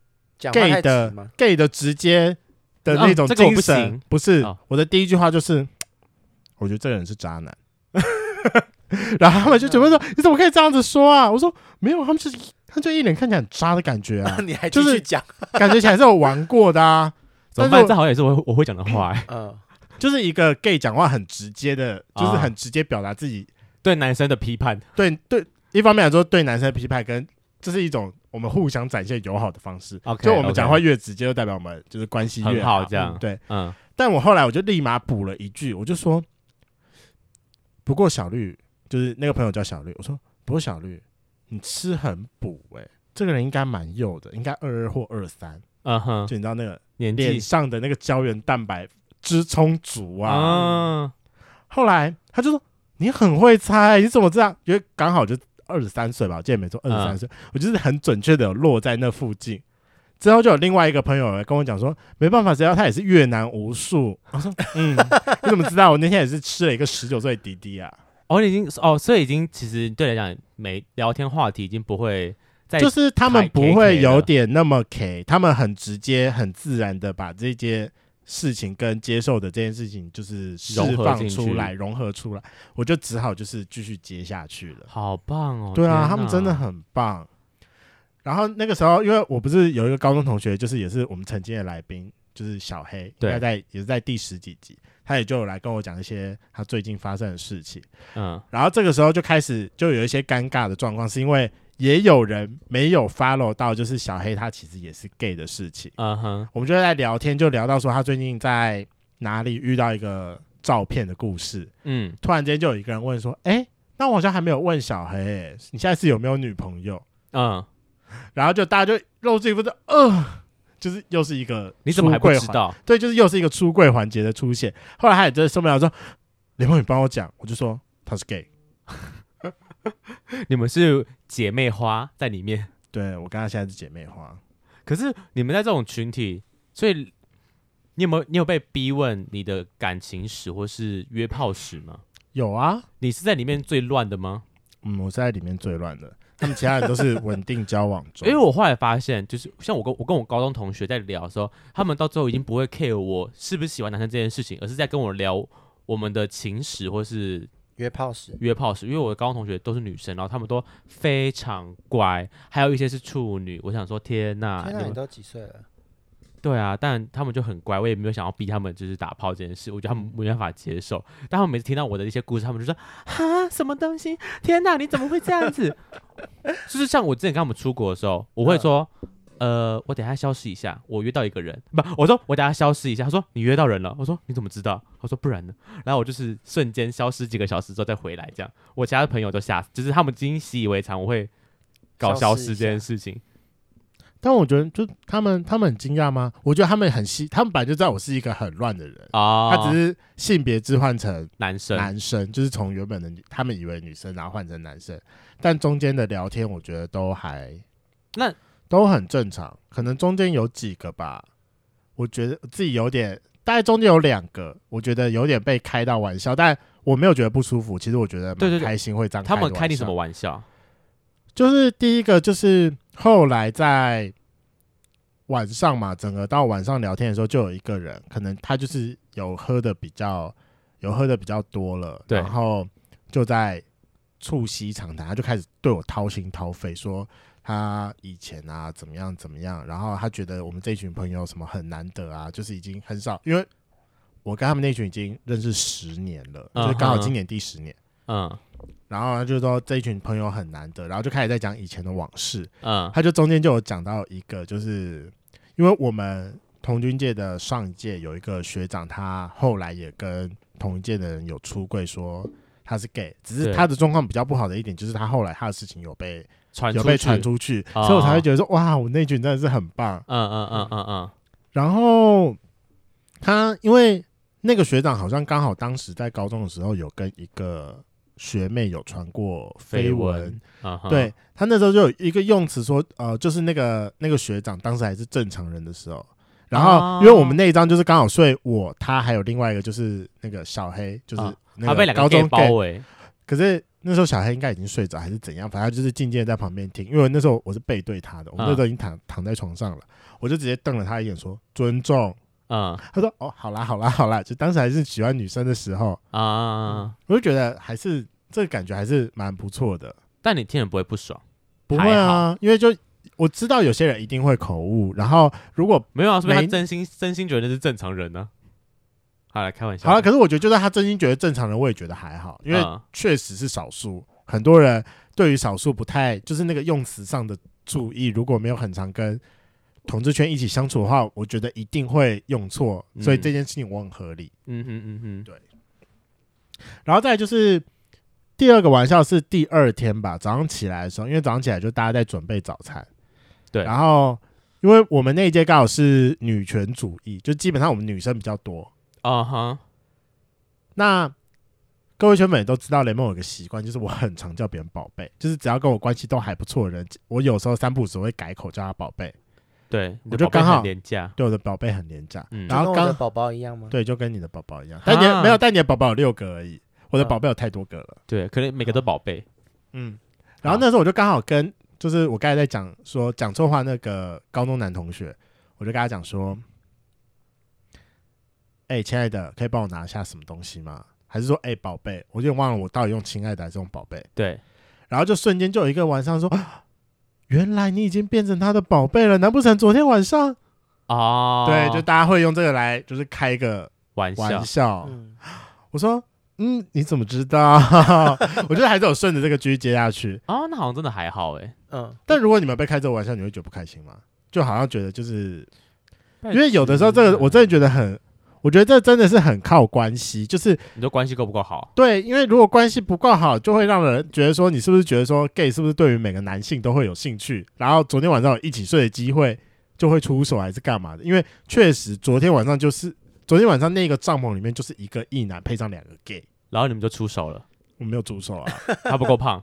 Speaker 1: gay 的直接的那种精神，不是我的第一句话就是，我觉得这个人是渣男。然后他们就准备说，你怎么可以这样子说啊？我说没有，他就一脸看起来很渣的感觉啊。
Speaker 3: 你还继续讲，
Speaker 1: 感觉起来是有玩过的啊。
Speaker 2: 怎么办？这好像也是我会讲的话。
Speaker 1: 就是一个 gay 讲话很直接的，就是很直接表达自己
Speaker 2: 对男生的批判。
Speaker 1: 对。一方面来说，对男生的批判跟这是一种我们互相展现友好的方式。就我们讲话越直接，就代表我们就是关系越
Speaker 2: 好，这样
Speaker 1: 对。但我后来我就立马补了一句，我就说，不过小绿就是那个朋友叫小绿，我说不过小绿你吃很补这个人应该蛮幼的，应该22或23。就你知道那个脸上的那个胶原蛋白之充足啊。后来他就说你很会猜，你怎么这样？因为刚好就23岁吧，我记得没错，23岁，我就是很准确的有落在那附近。之后就有另外一个朋友跟我讲说，没办法，只要他也是越南无数。我说你怎么知道？我那天也是吃了一个19岁的弟弟啊。
Speaker 2: 你已经所以已经其实对来讲，聊天话题已经不会再，
Speaker 1: 就是他们不会有点那么 K， 他们很直接、很自然的把这些事情跟接受的这件事情就是释放出来、融合出来，我就只好就是继续接下去了。
Speaker 2: 好棒哦！
Speaker 1: 对啊，他们真的很棒。然后那个时候，因为我不是有一个高中同学，就是也是我们曾经的来宾，就是小黑，也是在第10几集，他也就有来跟我讲一些他最近发生的事情。然后这个时候就开始就有一些尴尬的状况，是因为也有人没有 follow 到，就是小黑他其实也是 gay 的事情。我们就在聊天，就聊到说他最近在哪里遇到一个照片的故事。突然间就有一个人问说，那我好像还没有问小黑，你现在是有没有女朋友？然后就大家就露出一副就是又是一个
Speaker 2: 你怎么还不知道？
Speaker 1: 对，就是又是一个出柜环节的出现。后来他也真的受不了说，雷梦你帮我讲，我就说他是 gay。
Speaker 2: 你们是姐妹花在里面。
Speaker 1: 对，我跟他现在是姐妹花。
Speaker 2: 可是你们在这种群体，所以你有被逼问你的感情史或是约炮史吗？
Speaker 1: 有啊。
Speaker 2: 你是在里面最乱的吗？
Speaker 1: 我是在里面最乱的，他们其他人都是稳定交往中。
Speaker 2: 因为我后来发现，就是像我跟我高中同学在聊的时候，他们到最后已经不会 care 我是不是喜欢男生这件事情，而是在跟我聊我们的情史或是
Speaker 3: 约炮史。
Speaker 2: 因为我的高中同学都是女生，然后他们都非常乖，还有一些是处女。我想说，天哪，
Speaker 3: 你都几岁了？
Speaker 2: 对啊，但他们就很乖，我也没有想要逼他们就是打炮这件事，我觉得他们没办法接受。但他们每次听到我的一些故事，他们就说哈什么东西？天哪，你怎么会这样子？就是像我之前跟他们出国的时候，我会说，我等一下消失一下，我约到一个人，我说我等一下消失一下，他说你约到人了，我说你怎么知道？他说不然呢？然后我就是瞬间消失几个小时之后再回来，这样我其他的朋友都吓死，就是他们已经习以为常，我会搞消失这件事情。
Speaker 1: 但我觉得，就他们很惊讶吗？我觉得他们他们本来就知道我是一个很乱的人他只是性别置换成男生，就是从原本的他们以为女生，然后换成男生。但中间的聊天，我觉得都还都很正常，可能中间有几个吧，我觉得自己有点，大概中间有2个，我觉得有点被开到玩笑，但我没有觉得不舒服，其实我觉得蛮开心会这样开的玩笑。
Speaker 2: 他们开你什么玩笑？
Speaker 1: 就是第一个就是后来在晚上嘛，整个到晚上聊天的时候，就有一个人，可能他就是有喝的比较多了，
Speaker 2: 对，
Speaker 1: 然后就在促膝长谈，他就开始对我掏心掏肺说他以前啊怎么样怎么样，然后他觉得我们这一群朋友什么很难得啊，就是已经很少，因为我跟他们那群已经认识10年了，就是刚好今年第10年，然后他就说这一群朋友很难得，然后就开始在讲以前的往事，他就中间就有讲到一个，就是因为我们童军界的上一届有一个学长，他后来也跟同一届的人有出柜说他是 gay， 只是他的状况比较不好的一点就是他后来他的事情有被传出去，所以我才会觉得说哇，我那群真的是很棒。然后他因为那个学长好像刚好当时在高中的时候有跟一个学妹有传过绯闻，对，他那时候就有一个用词说，就是那个学长当时还是正常人的时候，然后因为我们那一张就是刚好睡我他还有另外一个就是那个小黑，就是那个高中 gay 包围，可是那时候小黑应该已经睡着还是怎样，反正就是静静在旁边听，因为那时候我是背对他的，我那时候已经躺在床上了，我就直接瞪了他一眼说尊重。他说哦，好啦，就当时还是喜欢女生的时候我就觉得还是这个感觉还是蛮不错的。
Speaker 2: 但你听了不会不爽？
Speaker 1: 不会啊，因为就我知道有些人一定会口误，然后如果
Speaker 2: 没有啊，是不是他真心觉得是正常人呢？好来开玩笑。
Speaker 1: 好了，可是我觉得就算他真心觉得正常人，我也觉得还好，因为确实是少数，很多人对于少数不太就是那个用词上的注意，如果没有很常跟同志圈一起相处的话，我觉得一定会用错，所以这件事情我很合理。对。然后再来就是第2个玩笑是第2天吧，早上起来的时候，因为早上起来就大家在准备早餐，
Speaker 2: 对。
Speaker 1: 然后因为我们那一届刚好是女权主义，就基本上我们女生比较多那各位圈粉也都知道，雷梦有个习惯，就是我很常叫别人宝贝，就是只要跟我关系都还不错的人，我有时候3不5时会改口叫他宝贝。
Speaker 2: 对，
Speaker 1: 我就刚好
Speaker 2: 廉价，
Speaker 1: 对我的宝贝很廉价，
Speaker 3: 然后跟我的宝宝一样吗？
Speaker 1: 对，就跟你的宝宝一样，但你没有，但你的宝宝有6个而已，我的宝贝有太多个了。
Speaker 2: 对，可能每个都宝贝。
Speaker 1: 然后那时候我就刚好跟，就是我刚才在讲说讲错话那个高中男同学，我就跟他讲说，亲爱的，可以帮我拿下什么东西吗？还是说，宝贝，我有点忘了我到底用亲爱的还是用宝贝。
Speaker 2: 对，
Speaker 1: 然后就瞬间就有一个晚上说。原来你已经变成他的宝贝了，难不成昨天晚上？对，就大家会用这个来，就是开一个玩笑。我说，你怎么知道？我觉得还是有顺着这个继续接下去。
Speaker 2: 那好像真的还好
Speaker 1: 但如果你们被开这个玩笑，你会觉得不开心吗？就好像觉得就是，因为有的时候这个我真的觉得很。我觉得这真的是很靠关系，就是
Speaker 2: 你的关系够不够好？
Speaker 1: 对，因为如果关系不够好，就会让人觉得说你是不是觉得说 gay 是不是对于每个男性都会有兴趣，然后昨天晚上有一起睡的机会就会出手还是干嘛的？因为确实昨天晚上那个帐篷里面就是一个异男配上2个 gay，
Speaker 2: 然后你们就出手了。
Speaker 1: 我没有出手啊，
Speaker 2: 他不够胖。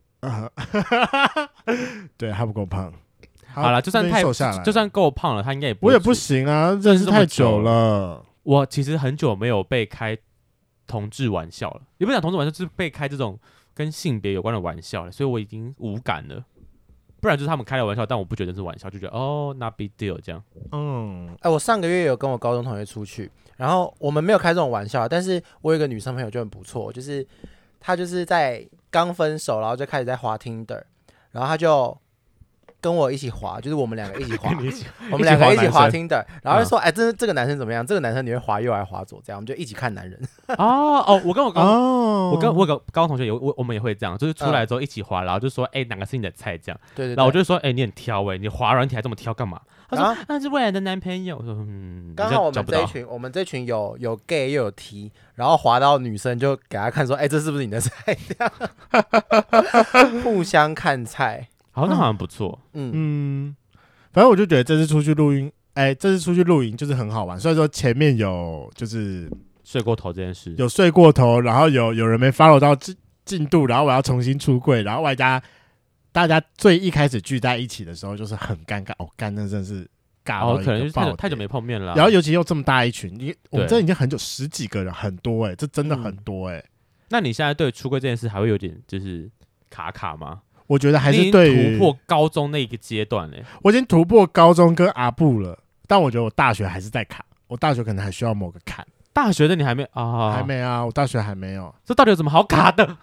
Speaker 1: 对，他不够胖。
Speaker 2: 好了，就算够胖了，他应该也不会。
Speaker 1: 我也不行啊，认识太久了。
Speaker 2: 我其实很久没有被开同志玩笑了，也不讲同志玩笑，就是被开这种跟性别有关的玩笑了，所以我已经无感了。不然就是他们开的玩笑，但我不觉得是玩笑，就觉得not big deal 这样。
Speaker 3: 我上个月有跟我高中同学出去，然后我们没有开这种玩笑，但是我有一个女生朋友就很不错，就是她就是在刚分手，然后就开始在滑 Tinder， 然后她就跟我一起滑，就是我们2个一起滑，我们2个一起滑 Tinder， 然后就说，这个男生怎么样？这个男生你会滑右还是滑左？这样我们就一起看男人。
Speaker 2: 我跟我有个高中同学我们也会这样，就是出来之后一起滑，然后就说，哪个是你的菜这样。
Speaker 3: 对。
Speaker 2: 然后我就说，你很挑你滑软体还这么挑干嘛？他说，那是未来的男朋友。我说，
Speaker 3: 刚好我们这群有 gay 又有 T， 然后滑到女生就给他看说，这是不是你的菜？这样互相看菜。
Speaker 2: 那好像不错。
Speaker 1: 反正我就觉得这次出去露营就是很好玩。虽然说前面有就是
Speaker 2: 睡过头这件事，
Speaker 1: 有睡过头，然后有人没 follow 到进度，然后我要重新出柜，然后外加大家最一开始聚在一起的时候就是很尴尬，干那真的是尬到一个爆点，
Speaker 2: 可能就是太久没碰面了，
Speaker 1: 然后尤其又这么大一群，我们这已经很久10几个人，很多这真的很多
Speaker 2: 那你现在对出柜这件事还会有点就是卡吗？
Speaker 1: 我觉得还是对于
Speaker 2: 突破高中那一个阶段
Speaker 1: 我已经突破高中跟阿布了，但我觉得我大学还是在卡，我大学可能还需要某个坎。
Speaker 2: 大学的你还没啊？
Speaker 1: 还没啊，我大学还没有。
Speaker 2: 这到底有什么好卡的？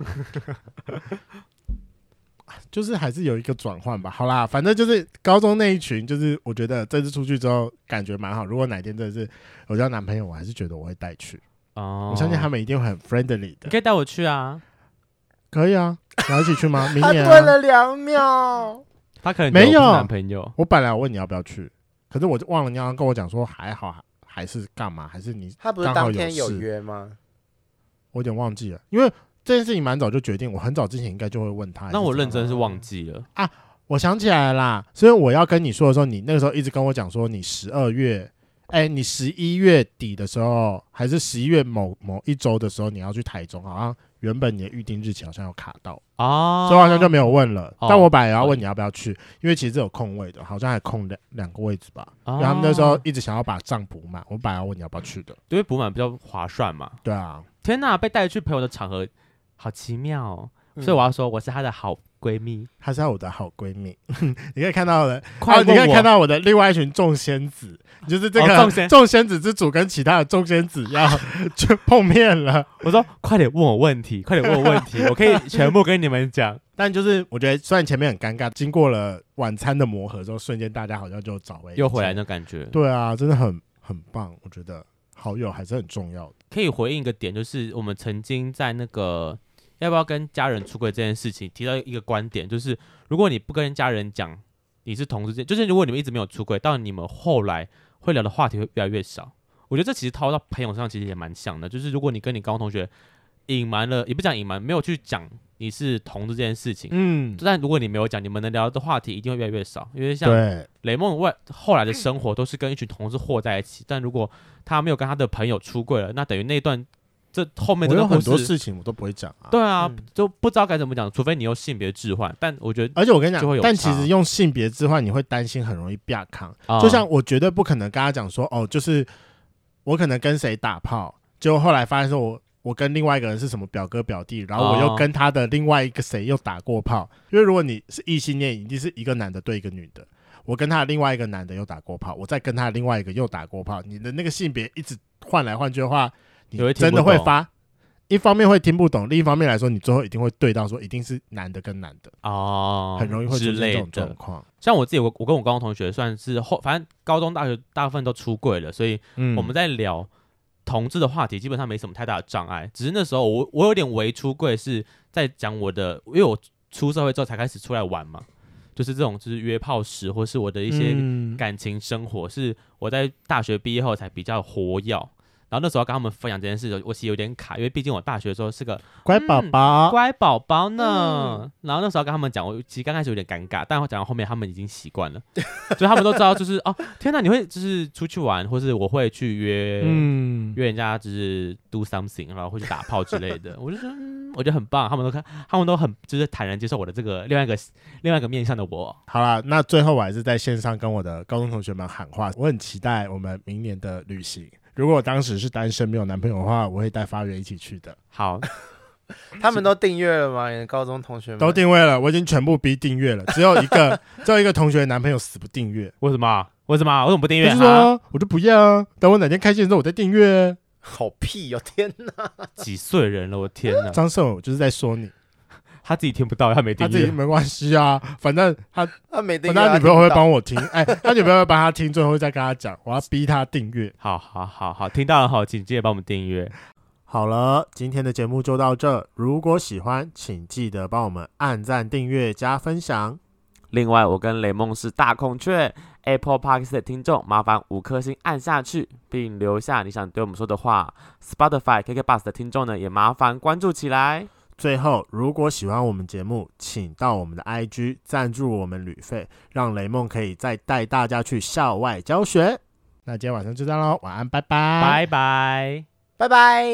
Speaker 1: 就是还是有一个转换吧。好啦，反正就是高中那一群，就是我觉得这次出去之后感觉蛮好。如果哪天真的是我交男朋友，我还是觉得我会带去。我相信他们一定会很 friendly 的。
Speaker 2: 你可以带我去啊。
Speaker 1: 可以啊，你要一起去吗？明年
Speaker 3: 他顿了2秒，
Speaker 2: 他可能
Speaker 1: 没有
Speaker 2: 男朋友。
Speaker 1: 我本来我问你要不要去，可是我就忘了你要跟我讲说还好，还是干嘛？还是你
Speaker 3: 他不是当天有约吗？
Speaker 1: 我有点忘记了，因为这件事情蛮早就决定，我很早之前应该就会问他。
Speaker 2: 那我认真是忘记了
Speaker 1: 啊，我想起来了啦，所以我要跟你说的时候，你那个时候一直跟我讲说你12月，你11月底的时候，还是11月某一周的时候，你要去台中，好像原本你的预定日期好像有卡到所以我好像就没有问了。但我本来也要问你要不要去，因为其实有空位的，好像还空2个位置吧。然后他们那时候一直想要把账补满，我本来要问你要不要去的，
Speaker 2: 因为补满比较划算嘛。
Speaker 1: 对啊，
Speaker 2: 天哪，被带去朋友的场合，好奇妙哦。所以我要说，我是她的好闺蜜，
Speaker 1: 她是我的好闺蜜。你可以看到的，
Speaker 2: 你
Speaker 1: 可以看到我的另外一群众仙子，就是这个众仙子之主跟其他的众仙子要就碰面了。
Speaker 2: 我说快点问我问题，快点问我问题，我可以全部跟你们讲。
Speaker 1: 但就是我觉得虽然前面很尴尬，经过了晚餐的磨合之后，瞬间大家好像就找回
Speaker 2: 又回来那感觉。
Speaker 1: 对啊，真的很棒，我觉得好友还是很重要的。
Speaker 2: 可以回应一个点，就是我们曾经在那个要不要跟家人出柜这件事情提到一个观点，就是如果你不跟家人讲你是同志，就是如果你们一直没有出柜，到你们后来会聊的话题会越来越少。我觉得这其实套到朋友上其实也蛮像的，就是如果你跟你高中同学隐瞒了，也不讲隐瞒，没有去讲你是同志这件事情，但如果你没有讲，你们能聊的话题一定会越来越少，因为像雷梦后来的生活都是跟一群同志和在一起，但如果他没有跟他的朋友出柜了，那等于那段这后面这个
Speaker 1: 我有很多事情我都不会讲啊。
Speaker 2: 对啊，就不知道该怎么讲，除非你用性别置换。但我觉得，
Speaker 1: 而且我跟你讲，但其实用性别置换，你会担心很容易变康。就像我绝对不可能跟他讲说，就是我可能跟谁打炮，结果后来发现说我跟另外一个人是什么表哥表弟，然后我又跟他的另外一个谁又打过炮。因为如果你是异性恋，一定是一个男的对一个女的。我跟他的另外一个男的又打过炮，我再跟他的另外一个又打过炮，你的那个性别一直换来换去的话，你真的会一方面会听不懂，另一方面来说，你最后一定会对到说一定是男的跟男的很容易会出现这种状况。
Speaker 2: 像我自己，我跟我高中同学算是反正高中大学大部分都出柜了，所以我们在聊同志的话题基本上没什么太大的障碍。只是那时候我有点微出柜，是在讲我的，因为我出社会之后才开始出来玩嘛。就是这种就是约炮史，或是我的一些感情生活，是我在大学毕业后才比较活跃。然后那时候跟他们分享这件事，我其实有点卡，因为毕竟我大学的时候是个
Speaker 1: 乖宝宝，
Speaker 2: 乖宝宝呢。然后那时候跟他们讲，我其实刚开始有点尴尬，但我讲到后面他们已经习惯了，所以他们都知道，就是天哪，你会就是出去玩，或是我会去约人家，就是 do something， 然后会去打炮之类的。我就说，我觉得很棒，他们都很就是坦然接受我的这个另外一个面向的我。
Speaker 1: 好啦，那最后我还是在线上跟我的高中同学们喊话，我很期待我们明年的旅行。如果我当时是单身没有男朋友的话，我会带发源一起去的。
Speaker 2: 好，
Speaker 3: 他们都订阅了吗？你的高中同学们
Speaker 1: 都订阅了，我已经全部逼订阅了，只有一个同学的男朋友死不订阅。
Speaker 2: 为什么不订阅？
Speaker 1: 就是说我就不要啊，等我哪天开心的时候我再订阅。
Speaker 3: 好屁哦！天哪，
Speaker 2: 几岁人了？我天哪！
Speaker 1: 张胜，我就是在说你。
Speaker 2: 他自己听不到，他没订阅，
Speaker 1: 他自己没关系啊，反正他
Speaker 3: 没订阅，
Speaker 1: 反正他女朋友会帮我听，他女朋友会帮他听，最后会再跟他讲，我要逼他订阅。
Speaker 2: 好，听到了，好，请记得帮我们订阅。
Speaker 1: 好了，今天的节目就到这，如果喜欢，请记得帮我们按赞、订阅、加分享。
Speaker 2: 另外，我跟雷梦是大孔雀 Apple Podcast 的听众，麻烦5颗星按下去，并留下你想对我们说的话。Spotify KKBOX 的听众呢，也麻烦关注起来。
Speaker 1: 最后，如果喜欢我们节目，请到我们的 IG 赞助我们旅费，让雷梦可以再带大家去校外教学。那今天晚上就这样咯，晚安，拜拜，
Speaker 2: 拜拜，
Speaker 3: 拜拜。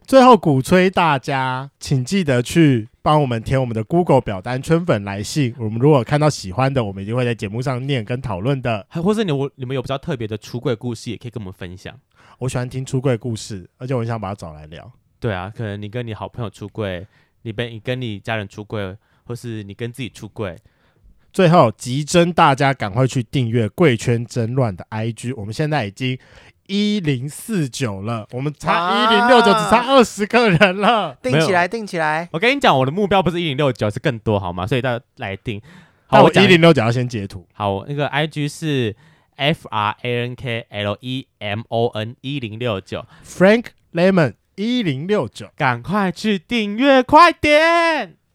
Speaker 1: 最后鼓吹大家，请记得去帮我们填我们的 Google 表单，圈粉来信。我们如果看到喜欢的，我们一定会在节目上念跟讨论的。
Speaker 2: 或是你们有比较特别的出柜故事，也可以跟我们分享。
Speaker 1: 我喜欢听出柜故事，而且我很想把它找来聊。
Speaker 2: 对啊，可能你跟你好朋友出柜，你跟你家人出柜，或是你跟自己出柜。
Speaker 1: 最后，急征大家赶快去订阅贵圈争乱的 IG， 我们现在已经1049了，我们差1069，只差20个人了。
Speaker 3: 定起来，定起来！
Speaker 2: 我跟你讲，我的目标不是1069，是更多，好吗？所以大家来定。
Speaker 1: 好，我1069要先截图。
Speaker 2: 好，那个 IG 是 FRANKLEMON 1069
Speaker 1: Frank Lemon 1069，
Speaker 2: 赶快去订阅，快点！